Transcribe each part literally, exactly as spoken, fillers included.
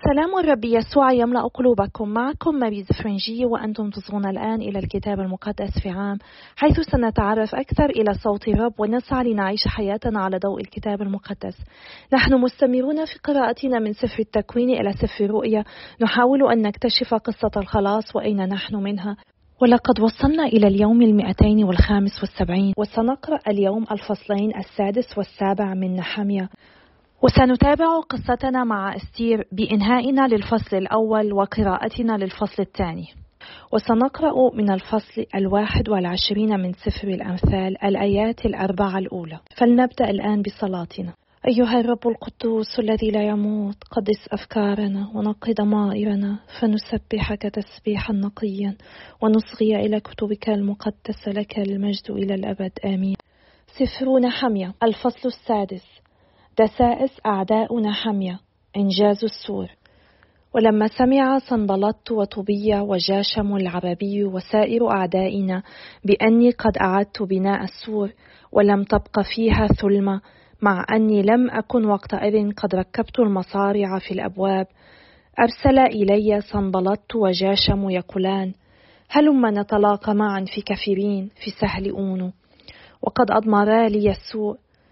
سلام الرب يسوع يملأ قلوبكم. معكم ماريز فرنجي، وأنتم تصغون الآن إلى الكتاب المقدس في عام، حيث سنتعرف أكثر إلى صوت الرب ونسعى لنعيش حياتنا على ضوء الكتاب المقدس. نحن مستمرون في قراءتنا من سفر التكوين إلى سفر الرؤيا، نحاول أن نكتشف قصة الخلاص وأين نحن منها، ولقد وصلنا إلى اليوم المئتين والخامس والسبعين، وسنقرأ اليوم الفصلين السادس والسابع من نحميا. وسنتابع قصتنا مع أستير بإنهائنا للفصل الأول وقراءتنا للفصل الثاني. وسنقرأ من الفصل الواحد والعشرين من سفر الأمثال الآيات الأربعة الأولى. فلنبدأ الآن بصلاتنا. أيها الرب القدوس الذي لا يموت، قدس أفكارنا ونقي ضمائرنا، فنسبحك تسبيحا نقيا ونصغي إلى كتبك المقدسة، لك المجد إلى الأبد آمين. سفر نحميا الفصل السادس. دسائس أعداء نحميا، إنجاز السور. ولما سمع صنبلط وطوبيا وجاشم العربي وسائر أعدائنا بأني قد أعدت بناء السور ولم تبق فيها ثلمة، مع أني لم أكن وقتئذ قد ركبت المصارع في الأبواب، أرسل إلي صنبلط وجاشم يقولان: هلما نتلاقى معا في كفرين في سهل أونو. وقد أضمرا لي السوء،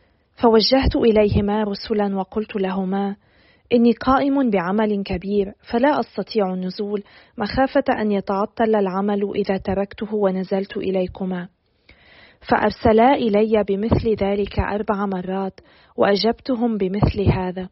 فوجهت إليهما رسلا وقلت لهما: إني قائم بعمل كبير، فلا أستطيع النزول، مخافة أن يتعطل العمل إذا تركته ونزلت إليكما. فأرسلا إلي بمثل ذلك أربع مرات، وأجبتهم بمثل هذا.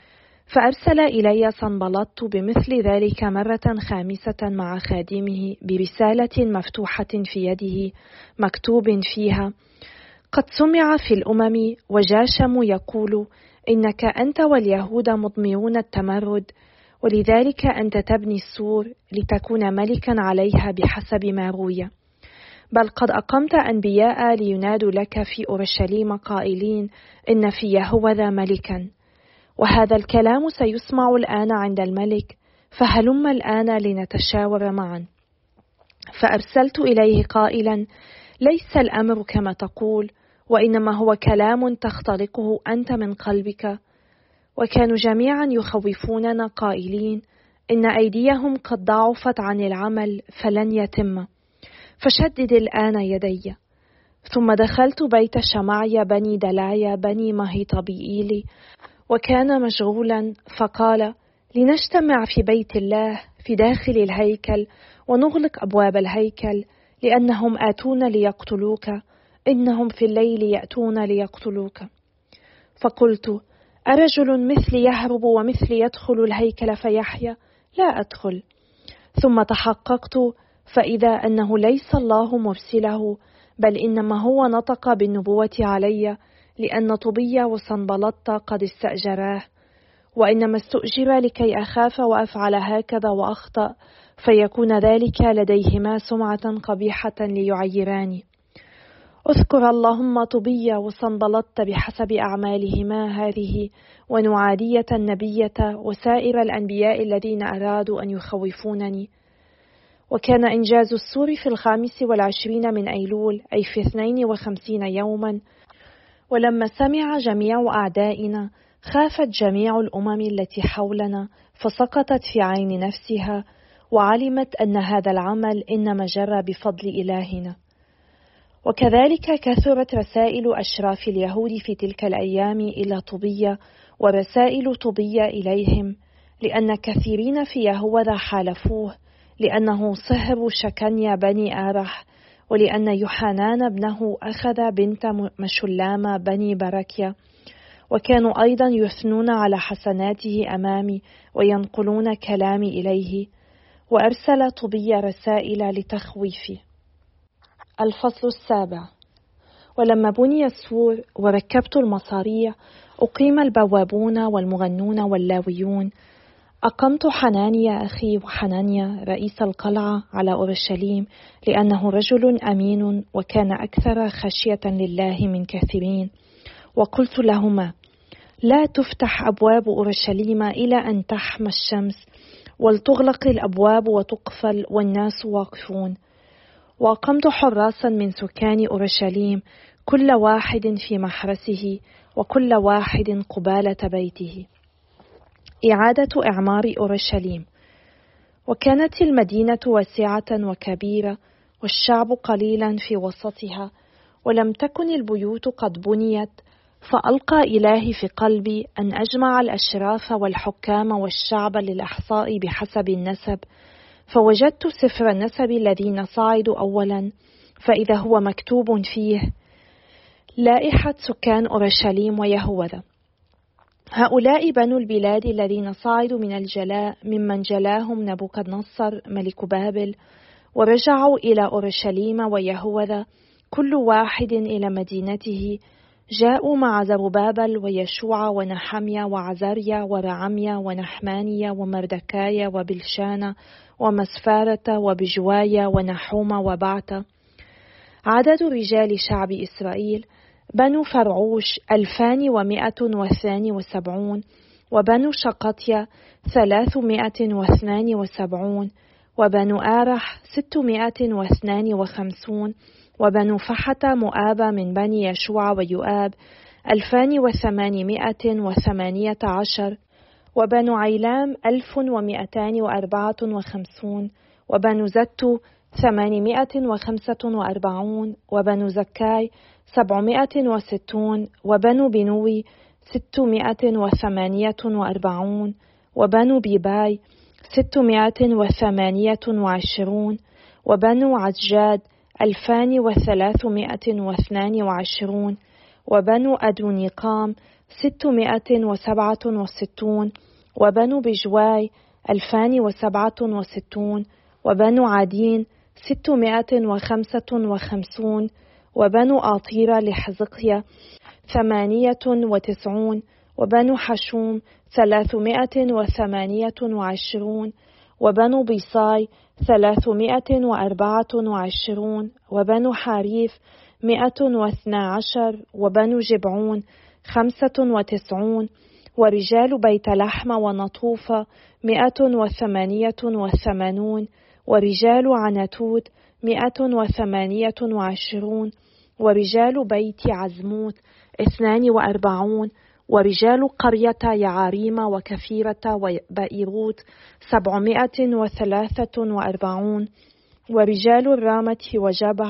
فأرسل إلي صنبلط بمثل ذلك مرة خامسة مع خادمه برسالة مفتوحة في يده مكتوب فيها: قد سمع في الأمم وجاشم يقول إنك أنت واليهود مضمرون التمرد، ولذلك أنت تبني السور لتكون ملكا عليها بحسب ما روي. بل قد أقمت أنبياء لينادوا لك في أورشليم قائلين: إن في يهوذا ملكا. وهذا الكلام سيسمع الآن عند الملك، فهلم الآن لنتشاور معا. فأرسلت إليه قائلا: ليس الأمر كما تقول، وإنما هو كلام تختلقه أنت من قلبك. وكانوا جميعا يخوفوننا قائلين: إن أيديهم قد ضعفت عن العمل فلن يتم، فشدد الآن يدي. ثم دخلت بيت شمعي بني دلايا بني مهيطبيئيل، وكان مشغولا، فقال: لنجتمع في بيت الله في داخل الهيكل ونغلق أبواب الهيكل، لأنهم آتون ليقتلوك، إنهم في الليل يأتون ليقتلوك. فقلت: أرجل مثلي يهرب ومثلي يدخل الهيكل فيحيا؟ لا أدخل. ثم تحققت فإذا أنه ليس الله مرسله، بل إنما هو نطق بالنبوة علي، لأن طوبيا وصنبلط قد استأجراه، وإنما استؤجر لكي أخاف وأفعل هكذا وأخطأ، فيكون ذلك لديهما سمعة قبيحة ليعيراني. اذكر اللهم طوبيا وصنبلط بحسب أعمالهما هذه، ونعادية النبية وسائر الأنبياء الذين أرادوا أن يخوفونني. وكان إنجاز السور في الخامس والعشرين من أيلول، أي في اثنين وخمسين يوما. ولما سمع جميع أعدائنا خافت جميع الأمم التي حولنا، فسقطت في عين نفسها، وعلمت أن هذا العمل إنما جرى بفضل إلهنا. وكذلك كثرت رسائل أشراف اليهود في تلك الأيام إلى طوبيا، ورسائل طوبيا إليهم، لأن كثيرين في يهوذا حالفوه، لأنه صهر شكنيا بني آرح، ولأن يوحنان ابنه أخذ بنت مشلام بني بركيا. وكانوا أيضا يثنون على حسناته أمامي وينقلون كلامي إليه. وأرسل طوبيا رسائل لتخويفي. الفصل السابع. ولما بني السور وركبت المصاريع، أقيم البوابون والمغنون واللاويون. أقمت حنانيا أخي وحنانيا رئيس القلعة على أورشليم، لأنه رجل أمين وكان أكثر خشية لله من كثيرين. وقلت لهما: لا تفتح أبواب أورشليم إلى أن تحمى الشمس، ولتغلق الأبواب وتقفل والناس واقفون. وأقمت حراسا من سكان أورشليم، كل واحد في محرسه وكل واحد قبالة بيته. إعادة إعمار أورشليم. وكانت المدينة واسعة وكبيرة، والشعب قليلا في وسطها، ولم تكن البيوت قد بنيت، فألقى إلهي في قلبي أن أجمع الأشراف والحكام والشعب للإحصاء بحسب النسب، فوجدت سفر النسب الذين صعدوا أولا، فإذا هو مكتوب فيه: لائحة سكان أورشليم ويهوذا. هؤلاء بنو البلاد الذين صعدوا من الجلاء ممن جلاهم نبوكدنصر ملك بابل، ورجعوا إلى أورشليم ويهوذا كل واحد إلى مدينته، جاءوا مع زربابل ويشوع ونحميا وعزريا ورعميا ونحمانيا ومردكايا وبلشانا ومسفارة وبجوايا ونحوم وبعتا. عدد رجال شعب إسرائيل: بنو فرعوش ألفان ومائة واثنان وسبعون، وبنو شقطيا ثلاثمائة واثنان وسبعون، وبنو آرح ستمائة واثنان وخمسون، وبنو فحة مؤاب من بني يشوع ويؤاب ألفان وثمانمائة وثمانية عشر، وبنو عيلام ألف ومائتان وأربعة وخمسون، وبنو زتو ثمانمائة وخمسة وأربعون، وبنو زكاي سبعمائة وستون، وبنو بنوي ستمائة وثمانية وأربعون، وبنو بيباي ستمائة وثمانية وعشرون، وبنو عجاد ألفان وثلاثمائة واثنان وعشرون، وبنو أدونيقام ستمائة وسبعة وستون، وبنو بجواي ألفان وسبعة وستون، وبنو عدين ستمائة وخمسة وخمسون، وبنو آطيرة لحزقيا ثمانية وتسعون، وبنو حشوم ثلاثمائة وثمانية وعشرون، وبنو بيصاي ثلاثمائة وأربعة وعشرون، وبنو حاريف مائة واثنى عشر، وبنو جبعون خمسة وتسعون، ورجال بيت لحم ونطوفة مائة وثمانية وثمانون، ورجال عنتوت مائة وثمانية وعشرون، ورجال بيت عزموت اثنان وأربعون، ورجال قرية يعاريم وكفيرة وبئيروت سبعمائة وثلاثة وأربعون، ورجال الرامة وجبع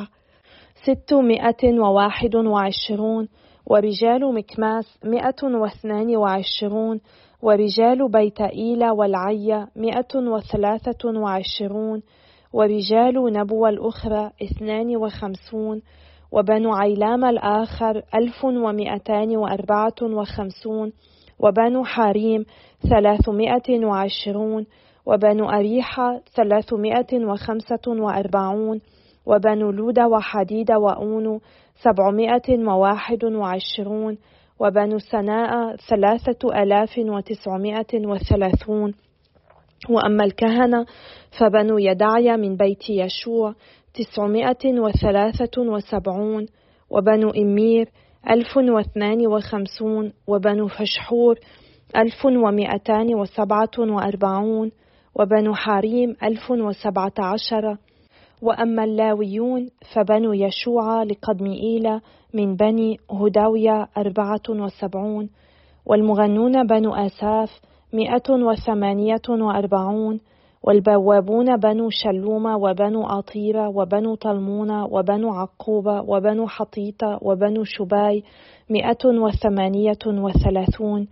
ستمائة وواحد وعشرون، ورجال مكماس مائة واثنان وعشرون، ورجال بيت إيلا والعية مائة وثلاثة وعشرون، ورجال نبوة الأخرى اثنان وخمسون، وبنو عيلام الآخر ألف ومائتان وأربعة وخمسون، وبنو حاريم ثلاثمائة وعشرون، وبنو أريحة ثلاثمائة وخمسة وأربعون، وبنو لود وحديد وأونو سبعمائة وواحد وعشرون، وبنو سناء ثلاثة آلاف وتسعمائة وثلاثون. وأما الكهنة فبنو يدعي من بيت يشوع تسعمائة وثلاثة وسبعون، وبنو إمير ألف واثنان وخمسون، وبنو فشحور ألف ومائتان وسبعة وأربعون، وبنو حاريم ألف وسبعة عشر. وأما اللاويون فبنو يشوع لقدمئيل من بني هداوية أربعة وسبعون، والمغنون بنو آساف مائة وثمانية وأربعون، والبوابون بنو شلوم وبنو أطيرة وبنو طلمون وبنو عقوبة وبنو حطيطة وبنو شباي مائة وثمانية وثلاثون،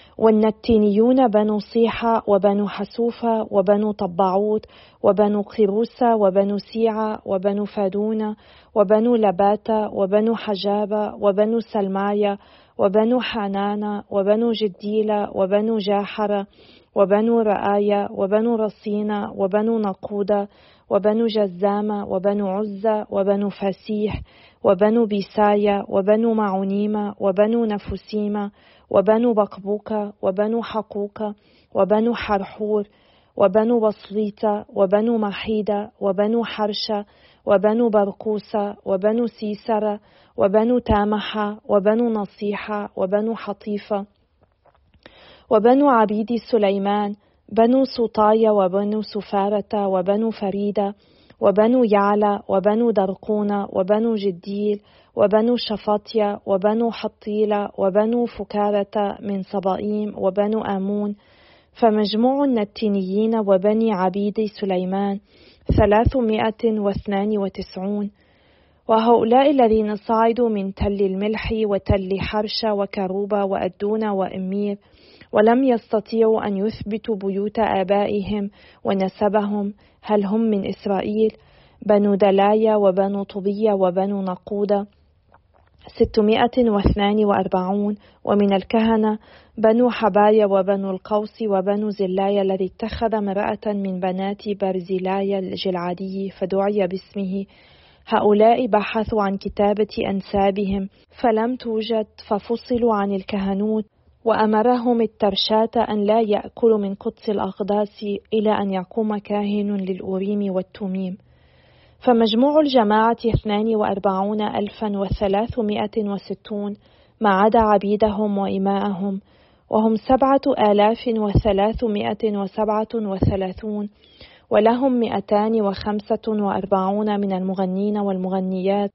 والنتينيون بنو صيحة وبنو حسوفة وبنو طبعوت وبنو قيروسة وبنو سيعة وبنو فادونة وبنو لباتة وبنو حجابة وبنو سلمايا وبنو حنانة وبنو جديلة وبنو جاحرة وبنو رآية وبنو رصينة وبنو نقودة وبنو جزامة وبنو عزة وبنو فسيح وبنو بيسايا وبنو معونيمة وبنو نفسيمة وبنو بقبوكة وبنو حقوكة وبنو حرحور وبنو بصليطة وبنو محيدة وبنو حرشة وبنو برقوسة وبنو سيسرة وبنو تامحة وبنو نصيحة وبنو حطيفة وبنو عبيد سليمان بنو سطايا وبنو سفارة وبنو فريدة وبنو يعلى وبنو درقونة وبنو جديل وبنو شفاطيا وبنو حطيلة وبنو فكارة من صبائيم وبنو آمون فمجموع النتينيين وبني عبيد سليمان ثلاثمائة واثنان وتسعون. وهؤلاء الذين صعدوا من تل الملح وتل حرشة وكروبة وأدونة وإمير، ولم يستطيعوا أن يثبتوا بيوت آبائهم ونسبهم، هل هم من إسرائيل؟ بنو دلايا وبنو طبية وبنو نقودة ستمائة واثنان وأربعون. ومن الكهنة بنو حبايا وبنو القوس وبنو زلايا الذي اتخذ امرأة من بنات برزيلايا الجلعادي فدعي باسمه. هؤلاء بحثوا عن كتابة أنسابهم فلم توجد، ففصلوا عن الكهنوت، وأمرهم الترشاة أن لا يأكلوا من قدس الأقداس إلى أن يقوم كاهن للأوريم والتميم. فمجموع الجماعة اثنان وأربعون ألفا وثلاثمائة وستون ما عدا عبيدهم وإماءهم، وهم سبعة آلاف وثلاثمائة وسبعة وثلاثون. ولهم مئتان وخمسة وأربعون من المغنين والمغنيات،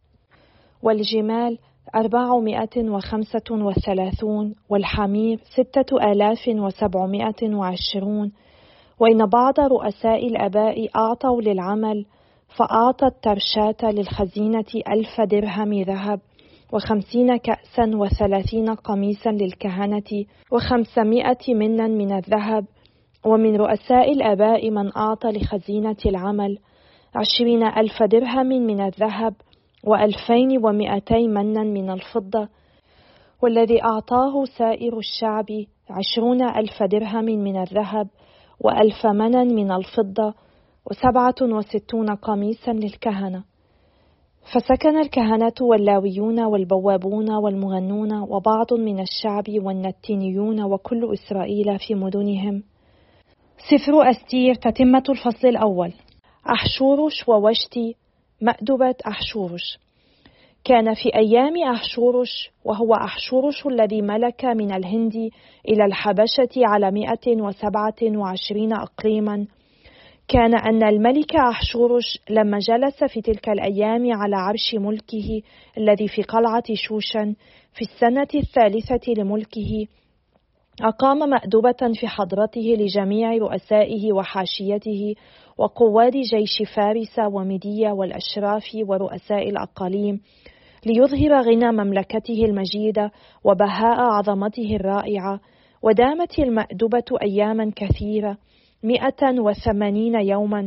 والجمال أربعمائة وخمسة وثلاثون، والحمير ستة آلاف وسبعمائة وعشرون. وإن بعض رؤساء الآباء أعطوا للعمل، فأعطى الترشاة للخزينة ألف درهم ذهب، وخمسين كأسا وثلاثين قميصا للكهنة، وخمسمائة منا من الذهب. ومن رؤساء الآباء من أعطى لخزينة العمل عشرين ألف درهم من الذهب، وألفين ومئتي منا من الفضة. والذي أعطاه سائر الشعب عشرون ألف درهم من الذهب، وألف منا من الفضة، وسبعة وستون قميصا للكهنة. فسكن الكهنة واللاويون والبوابون والمغنون وبعض من الشعب والنتينيون وكل إسرائيل في مدنهم. سفر أستير، تتمة الفصل الأول. أحشورش ووشتي، مأدبة أحشورش. كان في أيام أحشورش، وهو أحشورش الذي ملك من الهند إلى الحبشة على مئة وسبعة وعشرين أقليما، كان أن الملك أحشورش لما جلس في تلك الأيام على عرش ملكه الذي في قلعة شوشن في السنة الثالثة لملكه، أقام مأدبة في حضرته لجميع رؤسائه وحاشيته وقواد جيش فارس وميديا والأشراف ورؤساء الأقاليم، ليظهر غنى مملكته المجيدة وبهاء عظمته الرائعة. ودامت المأدبة أياما كثيرة، مئة وثمانين يوما.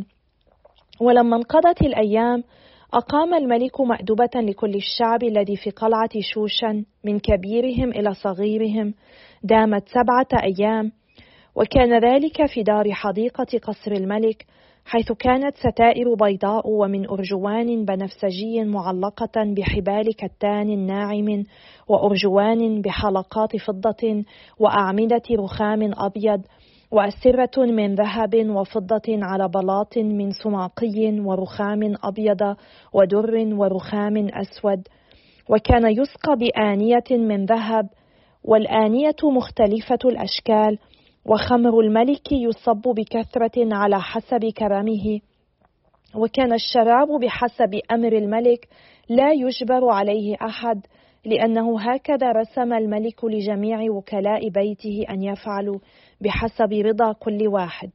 ولما انقضت الأيام، أقام الملك مأدبة لكل الشعب الذي في قلعة شوشن من كبيرهم إلى صغيرهم، دامت سبعة أيام. وكان ذلك في دار حديقة قصر الملك، حيث كانت ستائر بيضاء ومن أرجوان بنفسجي معلقة بحبال كتان ناعم، وأرجوان بحلقات فضة، وأعمدة رخام أبيض، وأسرة من ذهب وفضة على بلاط من سماقي ورخام أبيض ودر ورخام أسود. وكان يسقى بآنية من ذهب، والآنية مختلفة الأشكال. وخمر الملك يصب بكثرة على حسب كرمه، وكان الشراب بحسب أمر الملك، لا يجبر عليه أحد، لأنه هكذا رسم الملك لجميع وكلاء بيته أن يفعلوا بحسب رضا كل واحد.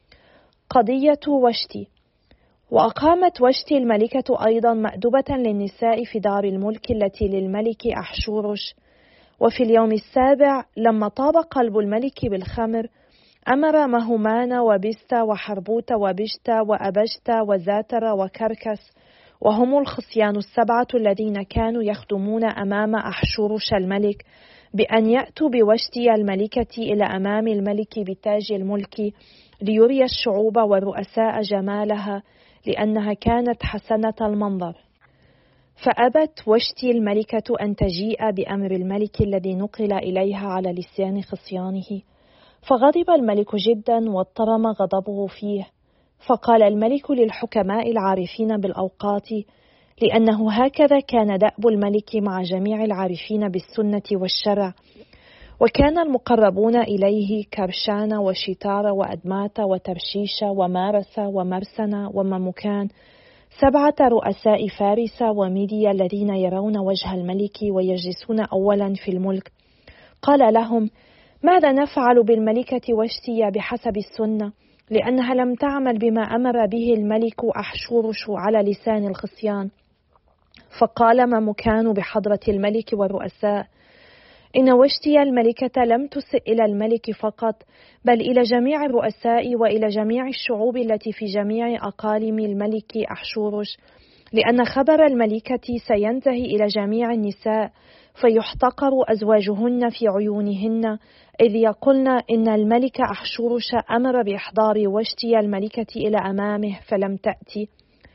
قضية وشتي. وأقامت وشتي الملكة أيضا مأدبة للنساء في دار الملك التي للملك أحشورش. وفي اليوم السابع لما طاب قلب الملك بالخمر، أمر مهمان وبستا وحربوت وبشتا وأبشتا وزاتر وكركس، وهم الخصيان السبعة الذين كانوا يخدمون أمام أحشورش الملك، بأن يأتوا بوشتي الملكة إلى أمام الملك بتاج الملك، ليري الشعوب والرؤساء جمالها، لأنها كانت حسنة المنظر. فأبت وشتي الملكة أن تجيء بأمر الملك الذي نقل إليها على لسان خصيانه، فغضب الملك جدا واضطرم غضبه فيه. فقال الملك للحكماء العارفين بالأوقات، لأنه هكذا كان دأب الملك مع جميع العارفين بالسنة والشرع. وكان المقربون إليه كرشان وشتار وأدمات وترشيش ومارس ومرسنا وممكان، سبعة رؤساء فارس وميديا الذين يرون وجه الملك ويجلسون أولا في الملك. قال لهم: ماذا نفعل بالملكة واشتي بحسب السنة؟ لأنها لم تعمل بما أمر به الملك أحشورش على لسان الخصيان. فقال ما مكان بحضرة الملك والرؤساء إن واشتي الملكة لم تسئ إلى الملك فقط، بل إلى جميع الرؤساء وإلى جميع الشعوب التي في جميع أقاليم الملك أحشورش، لأن خبر الملكة سينتهي إلى جميع النساء، فيحتقر أزواجهن في عيونهن، إذ يقولن إن الملك أحشورش أمر بإحضار واشتي الملكة إلى أمامه فلم تأتي.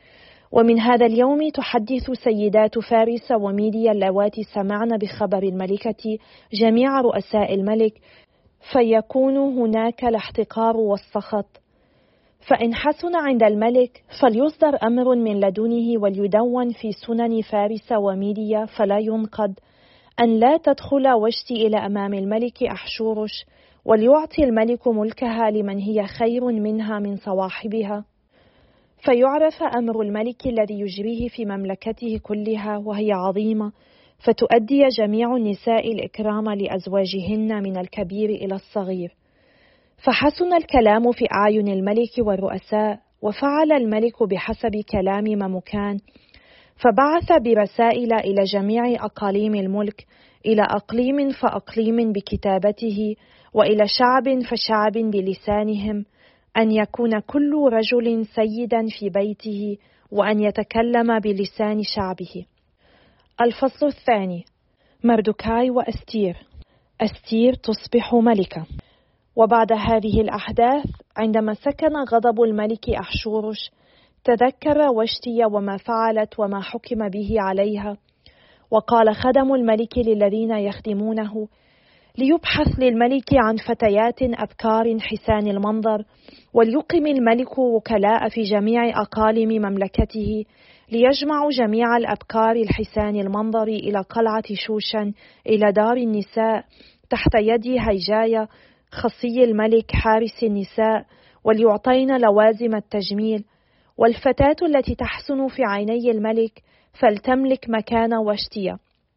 ومن هذا اليوم تحدث سيدات فارس وميديا اللواتي سمعن بخبر الملكة جميع رؤساء الملك، فيكون هناك الاحتقار والسخط. فإن حسن عند الملك فليصدر أمر من لدنه وليدون في سنن فارس وميديا فلا ينقض أن لا تدخل واشتي إلى أمام الملك أحشورش، وليعطي الملك ملكها لمن هي خير منها من صواحبها، فيعرف أمر الملك الذي يجريه في مملكته كلها وهي عظيمة، فتؤدي جميع النساء الإكرام لأزواجهن من الكبير إلى الصغير. فحسن الكلام في أعين الملك والرؤساء، وفعل الملك بحسب كلام ممكان، فبعث برسائل إلى جميع أقاليم الملك، إلى أقليم فأقليم بكتابته، وإلى شعب فشعب بلسانهم، أن يكون كل رجل سيدا في بيته، وأن يتكلم بلسان شعبه. الفصل الثاني: مردكاي وأستير. أستير تصبح ملكة. وبعد هذه الأحداث، عندما سكن غضب الملك أحشورش، تذكر واشتي وما فعلت وما حكم به عليها، وقال خدم الملك للذين يخدمونه: ليبحث للملك عن فتيات أبكار حسان المنظر، وليقم الملك وكلاء في جميع أقاليم مملكته، ليجمع جميع الأبكار الحسان المنظر إلى قلعة شوشن، إلى دار النساء تحت يد هيجاية خصي الملك حارس النساء، وليعطين لوازم التجميل. والفتاة التي تحسن في عيني الملك فلتملك مكان واشتي.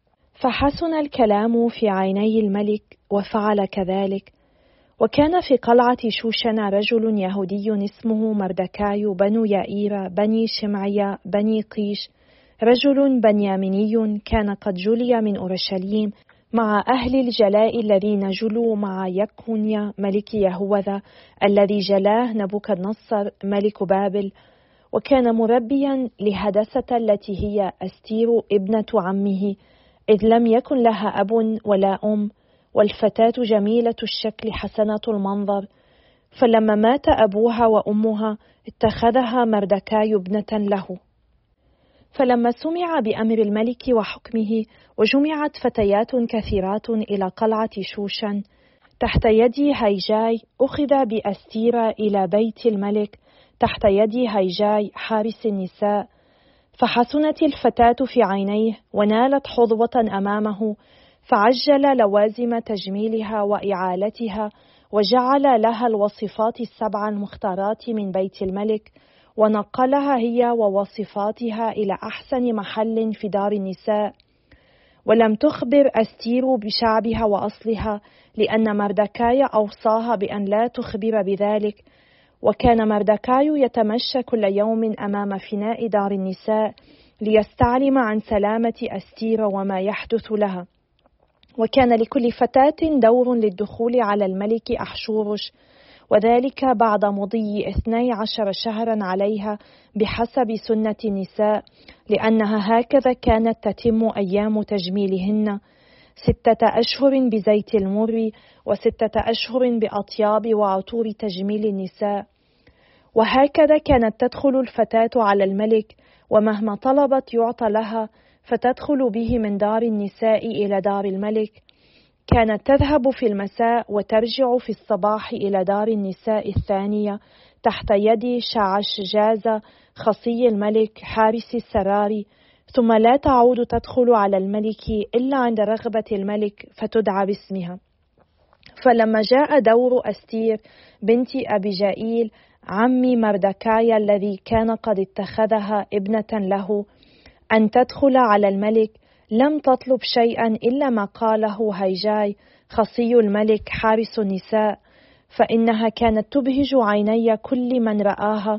فحسن الكلام في عيني الملك وفعل كذلك. وكان في قلعة شوشن رجل يهودي اسمه مردكاي بنو يائير بني شمعية بني قيش، رجل بنياميني كان قد جلي من أورشليم مع أهل الجلاء الذين جلوا مع يكونيا ملك يهوذا الذي جلاه نبوكدنصر ملك بابل. وكان مربيا لهدسة التي هي أستير ابنة عمه، إذ لم يكن لها أب ولا أم، والفتاة جميلة الشكل حسنة المنظر. فلما مات أبوها وأمها اتخذها مردكاي ابنة له. فلما سمع بأمر الملك وحكمه، وجمعت فتيات كثيرات إلى قلعة شوشن تحت يد هيجاي، أخذ بأستير إلى بيت الملك تحت يد هيجاي حارس النساء. فحسنت الفتاة في عينيه، ونالت حظوة أمامه، فعجل لوازم تجميلها وإعالتها، وجعل لها الوصفات السبع المختارات من بيت الملك، ونقلها هي ووصفاتها إلى أحسن محل في دار النساء. ولم تخبر أستير بشعبها وأصلها، لأن مردكاي أوصاها بأن لا تخبر بذلك. وكان مردكاي يتمشى كل يوم أمام فناء دار النساء ليستعلم عن سلامة أستير وما يحدث لها. وكان لكل فتاة دور للدخول على الملك أحشورش، وذلك بعد مضي اثني عشر شهرا عليها بحسب سنة النساء، لأنها هكذا كانت تتم أيام تجميلهن: ستة أشهر بزيت المر، وستة أشهر بأطياب وعطور تجميل النساء. وهكذا كانت تدخل الفتاة على الملك، ومهما طلبت يعطى لها، فتدخل به من دار النساء إلى دار الملك. كانت تذهب في المساء وترجع في الصباح إلى دار النساء الثانية تحت يد شعشجازة خصي الملك حارس السرار، ثم لا تعود تدخل على الملك إلا عند رغبة الملك فتدعى باسمها. فلما جاء دور أستير بنت أبيجائيل عم مردكاي الذي كان قد اتخذها ابنة له أن تدخل على الملك، لم تطلب شيئا إلا ما قاله هيجاي خصي الملك حارس النساء، فإنها كانت تبهج عيني كل من رآها.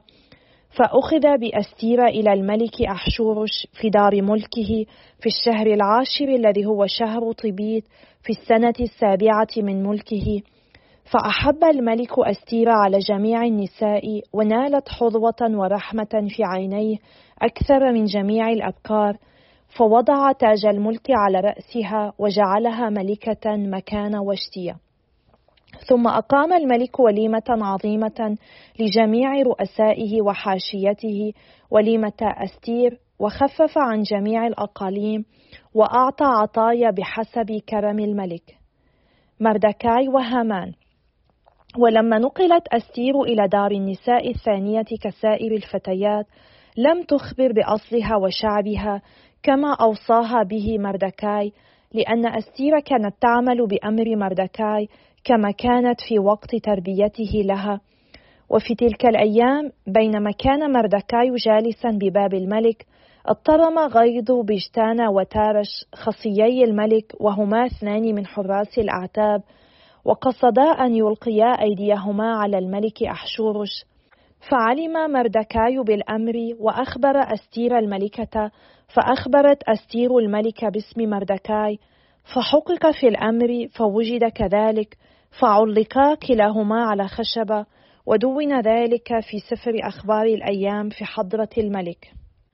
فأخذ بأستير إلى الملك أحشورش في دار ملكه في الشهر العاشر الذي هو شهر طبيت في السنة السابعة من ملكه. فأحب الملك أستير على جميع النساء، ونالت حظوة ورحمة في عينيه أكثر من جميع الأبكار. فوضع تاج الملك على رأسها وجعلها ملكة مكان واشتية. ثم أقام الملك وليمة عظيمة لجميع رؤسائه وحاشيته، وليمة أستير، وخفف عن جميع الأقاليم، وأعطى عطايا بحسب كرم الملك. مردكاي وهامان. ولما نقلت أستير إلى دار النساء الثانية كسائر الفتيات، لم تخبر بأصلها وشعبها كما أوصاها به مردكاي، لأن أستير كانت تعمل بأمر مردكاي كما كانت في وقت تربيته لها. وفي تلك الأيام بينما كان مردكاي جالسا بباب الملك، اضطرم غيظ بجتان وتارش خصيي الملك، وهما اثنان من حراس الأعتاب، وقصدا أن يلقيا أيديهما على الملك أحشورش. فعلم مردكاي بالأمر وأخبر أستير الملكة، فأخبرت أستير الملك باسم مردكاي، فحقق في الأمر فوجد كذلك، فعلقا كلاهما على خشبة، ودون ذلك في سفر أخبار الأيام في حضرة الملك.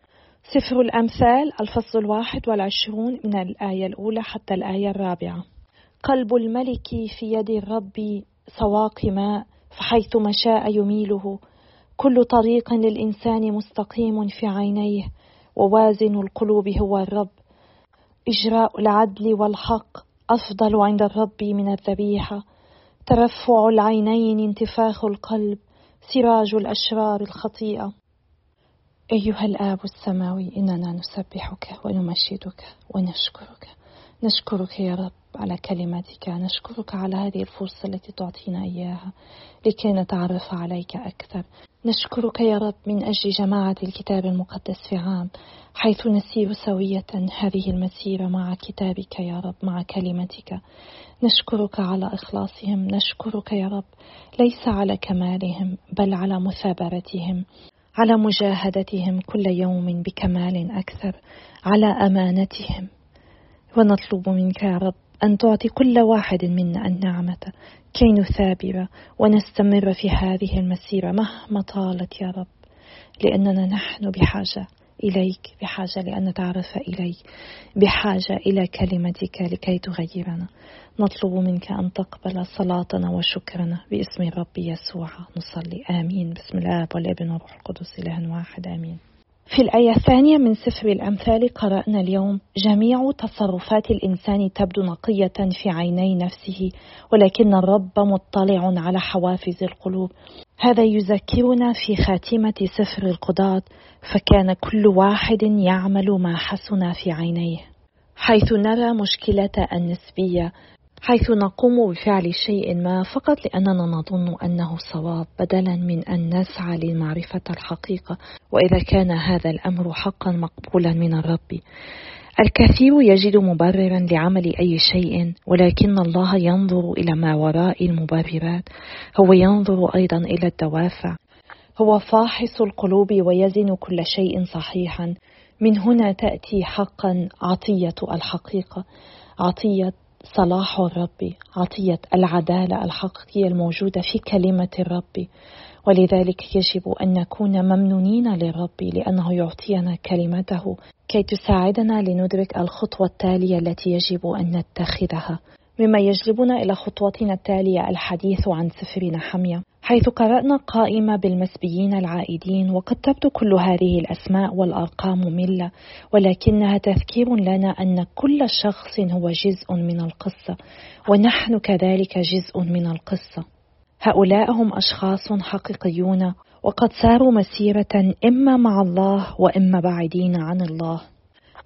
سفر الأمثال الفصل الواحد والعشرون من الآية الأولى حتى الآية الرابعة. قلب الملك في يد الرب سواق ماء، فحيث ما شاء يميله. كل طريق للإنسان مستقيم في عينيه، ووازن القلوب هو الرب. إجراء العدل والحق أفضل عند الرب من الذبيحة. ترفع العينين انتفاخ القلب، سراج الأشرار الخطيئة. أيها الآب السماوي، إننا نسبحك ونمجدك ونشكرك. نشكرك يا رب على كلمتك، نشكرك على هذه الفرصة التي تعطينا إياها لكي نتعرف عليك أكثر. نشكرك يا رب من أجل جماعة الكتاب المقدس في عام، حيث نسير سوية هذه المسيرة مع كتابك يا رب، مع كلمتك. نشكرك على إخلاصهم، نشكرك يا رب ليس على كمالهم بل على مثابرتهم، على مجاهدتهم كل يوم بكمال أكثر، على أمانتهم. ونطلب منك يا رب أن تعطي كل واحد منا النعمة كي نثابر ونستمر في هذه المسيرة مهما طالت يا رب، لأننا نحن بحاجة إليك، بحاجة لأن نتعرف إليك، بحاجة إلى كلمتك لكي تغيرنا. نطلب منك أن تقبل صلاتنا وشكرنا باسم الرب يسوع نصلي، آمين. بسم الآب والابن والروح القدس إله واحد، آمين. في الآية الثانية من سفر الأمثال قرأنا اليوم: جميع تصرفات الإنسان تبدو نقية في عيني نفسه، ولكن الرب مطلع على حوافز القلوب. هذا يذكرنا في خاتمة سفر القضاة: فكان كل واحد يعمل ما حسن في عينيه. حيث نرى مشكلة النسبية، حيث نقوم بفعل شيء ما فقط لأننا نظن أنه صواب بدلا من أن نسعى لمعرفة الحقيقة، وإذا كان هذا الأمر حقا مقبولا من الرب. الكثير يجد مبررا لعمل أي شيء، ولكن الله ينظر إلى ما وراء المبررات. هو ينظر أيضا إلى الدوافع. هو فاحص القلوب ويزن كل شيء صحيحا. من هنا تأتي حقا عطية الحقيقة، عطية صلاح الرب، عطية العدالة الحقيقية الموجودة في كلمة الرب. ولذلك يجب أن نكون ممنونين للرب لأنه يعطينا كلمته كي تساعدنا لندرك الخطوة التالية التي يجب أن نتخذها، مما يجلبنا إلى خطوتنا التالية الحديث عن سفر نحميا، حيث قرأنا قائمة بالمسبيين العائدين. وقد تبدو كل هذه الأسماء والأرقام مملة، ولكنها تذكير لنا أن كل شخص هو جزء من القصة، ونحن كذلك جزء من القصة. هؤلاء هم أشخاص حقيقيون، وقد ساروا مسيرة إما مع الله وإما بعيدين عن الله.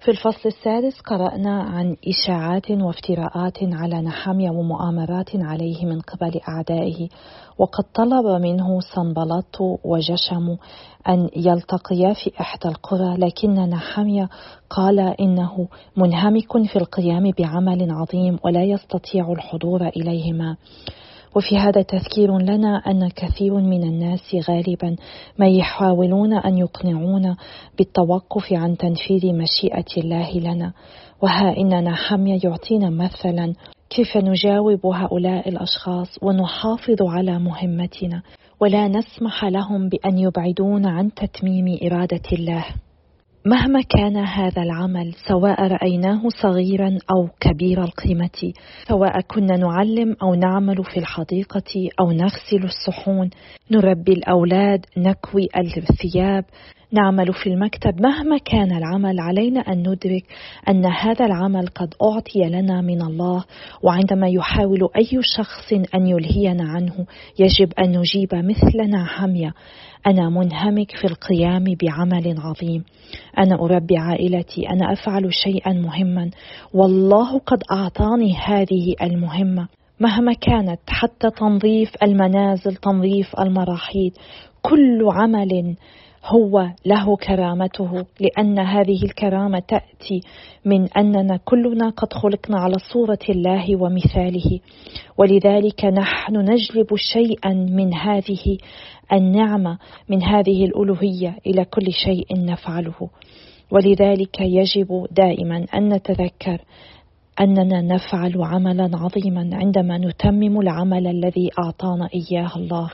في الفصل السادس قرأنا عن إشاعات وافتراءات على نحميا ومؤامرات عليه من قبل أعدائه، وقد طلب منه صنبلط وجشم أن يلتقيا في إحدى القرى، لكن نحميا قال إنه منهمك في القيام بعمل عظيم ولا يستطيع الحضور إليهما. وفي هذا تذكير لنا أن كثير من الناس غالبا ما يحاولون أن يقنعونا بالتوقف عن تنفيذ مشيئة الله لنا، وها إن نحميا يعطينا مثلا كيف نجاوب هؤلاء الأشخاص ونحافظ على مهمتنا ولا نسمح لهم بأن يبعدون عن تتميم إرادة الله. مهما كان هذا العمل، سواء رأيناه صغيرا أو كبير القيمة، سواء كنا نعلم أو نعمل في الحديقة أو نغسل الصحون، نربي الأولاد، نكوي الثياب، نعمل في المكتب، مهما كان العمل علينا أن ندرك أن هذا العمل قد أعطي لنا من الله، وعندما يحاول أي شخص أن يلهينا عنه يجب أن نجيب مثل نحميا: أنا منهمك في القيام بعمل عظيم، أنا أربي عائلتي، أنا أفعل شيئا مهما، والله قد أعطاني هذه المهمة مهما كانت، حتى تنظيف المنازل، تنظيف المراحيض، كل عمل هو له كرامته، لأن هذه الكرامة تأتي من أننا كلنا قد خلقنا على صورة الله ومثاله، ولذلك نحن نجلب شيئا من هذه النعمة، من هذه الألوهية إلى كل شيء نفعله. ولذلك يجب دائما أن نتذكر أننا نفعل عملا عظيما عندما نتمم العمل الذي أعطانا إياه الله.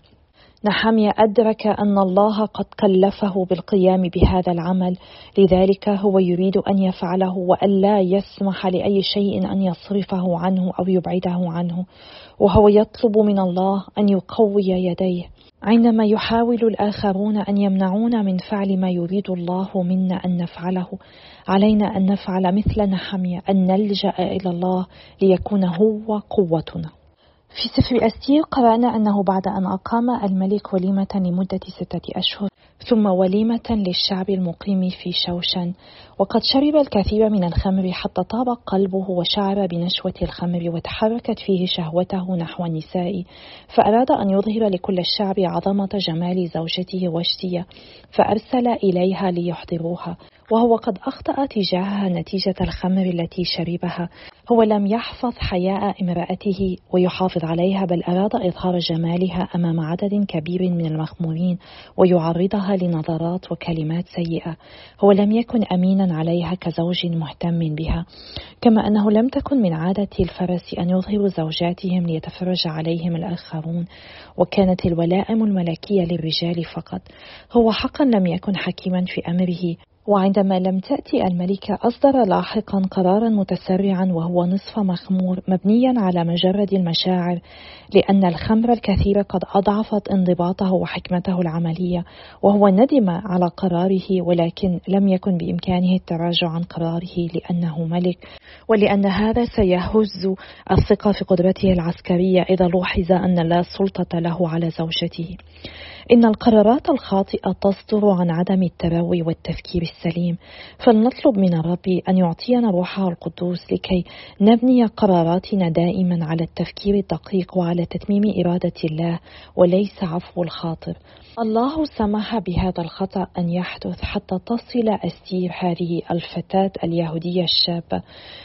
نحميا أدرك أن الله قد كلفه بالقيام بهذا العمل، لذلك هو يريد أن يفعله وألا يسمح لأي شيء أن يصرفه عنه أو يبعده عنه، وهو يطلب من الله أن يقوي يديه. عندما يحاول الآخرون أن يمنعونا من فعل ما يريد الله منا أن نفعله، علينا أن نفعل مثل نحميا، أن نلجأ إلى الله ليكون هو قوتنا. في سفر أستير قرأنا أنه بعد أن أقام الملك وليمة لمدة ستة أشهر ثم وليمة للشعب المقيم في شوشن، وقد شرب الكثير من الخمر حتى طاب قلبه وشعر بنشوة الخمر وتحركت فيه شهوته نحو النساء، فأراد أن يظهر لكل الشعب عظمة جمال زوجته واشتيا، فأرسل إليها ليحضروها، وهو قد أخطأ تجاهها نتيجة الخمر التي شربها. هو لم يحفظ حياء امرأته ويحافظ عليها، بل أراد إظهار جمالها أمام عدد كبير من المخمورين ويعرضها لنظرات وكلمات سيئة. هو لم يكن أمينا عليها كزوج مهتم بها، كما أنه لم تكن من عادة الفرس أن يظهروا زوجاتهم ليتفرج عليهم الآخرون، وكانت الولائم الملكية للرجال فقط. هو حقا لم يكن حكيما في أمره، وعندما لم تأتي الملكة أصدر لاحقا قرارا متسرعا وهو نصف مخمور مبنيا على مجرد المشاعر، لأن الخمر الكثير قد أضعفت انضباطه وحكمته العملية، وهو ندم على قراره، ولكن لم يكن بإمكانه التراجع عن قراره لأنه ملك، ولأن هذا سيهز الثقة في قدرته العسكرية إذا لوحظ أن لا سلطة له على زوجته. إن القرارات الخاطئة تصدر عن عدم التروي والتفكير السليم، فلنطلب من الرب أن يعطينا روحه القدوس لكي نبني قراراتنا دائما على التفكير الدقيق وعلى تتميم إرادة الله وليس عفو الخاطر. الله سمح بهذا الخطأ أن يحدث حتى تصل أستير هذه الفتاة اليهودية الشابة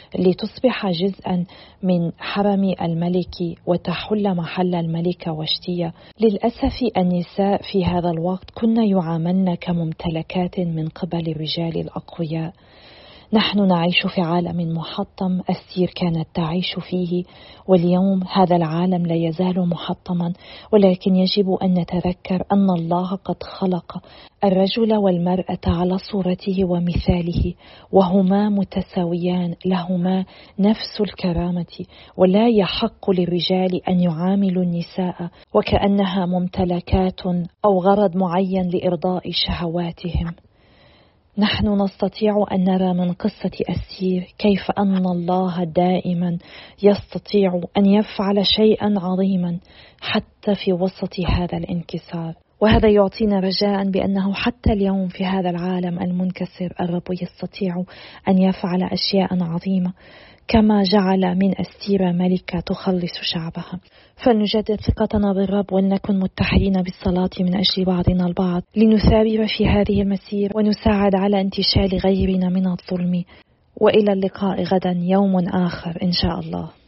لتصبح جزءا من حرم الملك وتحل محل الملكة واشتيا. للأسف النساء في هذا الوقت كن يعاملن كممتلكات من قبل الرجال الأقوياء. نحن نعيش في عالم محطم، أستير كانت تعيش فيه، واليوم هذا العالم لا يزال محطما، ولكن يجب أن نتذكر أن الله قد خلق الرجل والمرأة على صورته ومثاله، وهما متساويان، لهما نفس الكرامة، ولا يحق للرجال أن يعاملوا النساء وكأنها ممتلكات أو غرض معين لإرضاء شهواتهم. نحن نستطيع أن نرى من قصة أستير كيف أن الله دائما يستطيع أن يفعل شيئا عظيما حتى في وسط هذا الانكسار. وهذا يعطينا رجاء بأنه حتى اليوم في هذا العالم المنكسر الرب يستطيع أن يفعل أشياء عظيمة، كما جعل من أستيرة ملكة تخلص شعبها. فلنجدد ثقتنا بالرب ولنكن متحدين بالصلاة من أجل بعضنا البعض لنثابر في هذه المسير ونساعد على انتشال غيرنا من الظلم. وإلى اللقاء غدا يوم آخر إن شاء الله.